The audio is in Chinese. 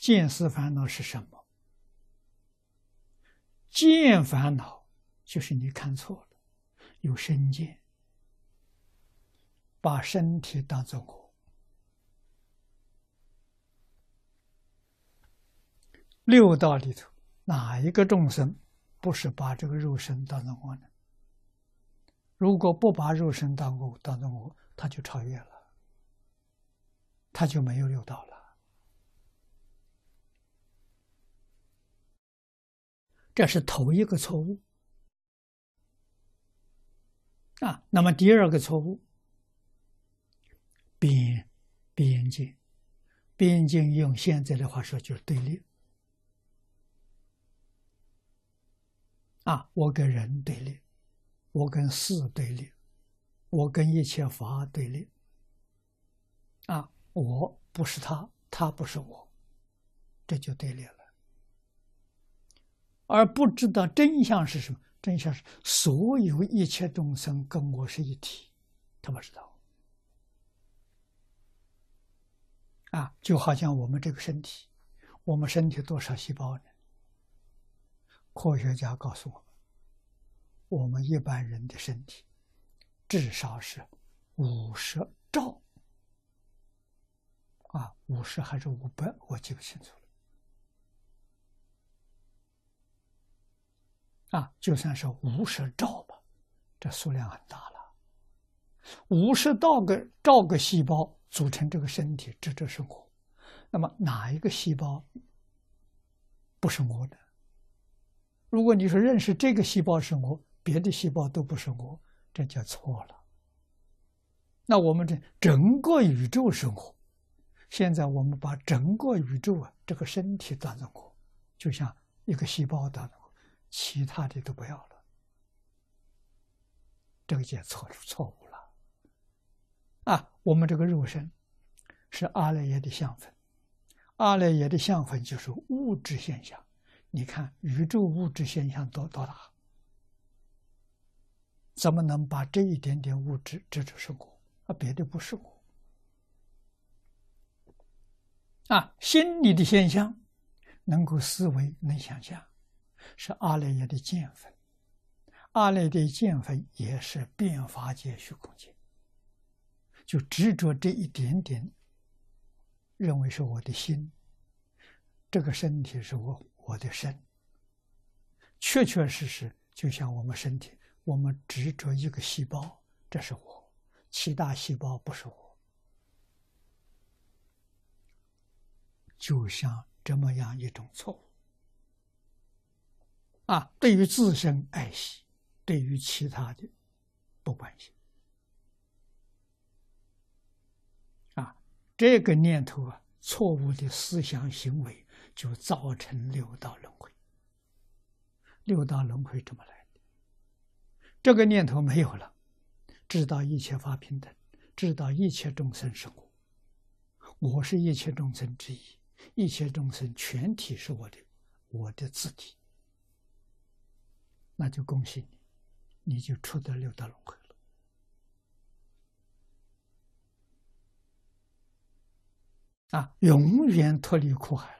见思烦恼是什么？见烦恼就是你看错了，有身见，把身体当作我。六道里头，哪一个众生不是把这个肉身当作我呢？如果不把肉身当作我，他就超越了，他就没有六道了。这是头一个错误啊。那么第二个错误，边界，边界用现在的话说就是对立啊。我跟人对立，我跟事对立，我跟一切法对立啊。我不是他，他不是我，这就对立了。而不知道真相是什么？真相是所有一切众生跟我是一体，他不知道啊。就好像我们这个身体，我们身体多少细胞呢？科学家告诉我们，我们一般人的身体至少是50兆啊，50还是500，我记不清楚了。啊，就算是50兆吧，这数量很大了。50兆个细胞组成这个身体，这是我。那么哪一个细胞不是我的？如果你说认识这个细胞是我，别的细胞都不是我，这就错了。那我们这整个宇宙是我，现在我们把整个宇宙这个身体当成我，就像一个细胞当成我，其他的都不要了，这个就错误了啊！我们这个肉身是阿赖耶的相分，阿赖耶的相分就是物质现象。你看宇宙物质现象多大，怎么能把这一点点物质这就是我啊？别的不是我啊！心理的现象能够思维能想象，是阿赖耶的见分，阿赖耶的见分也是变法界虚空界，就执着这一点点，认为是我的心，这个身体是我的身，确确实实就像我们身体，我们执着一个细胞，这是我，其他细胞不是我，就像这么样一种错误啊！对于自身爱惜，对于其他的不关心啊！这个念头啊，错误的思想行为就造成六道轮回。六道轮回这么来的，这个念头没有了，知道一切法平等，知道一切众生是我，我是一切众生之一，一切众生全体是我的自体，那就恭喜你，你就出得六道轮回了啊！永远脱离苦海。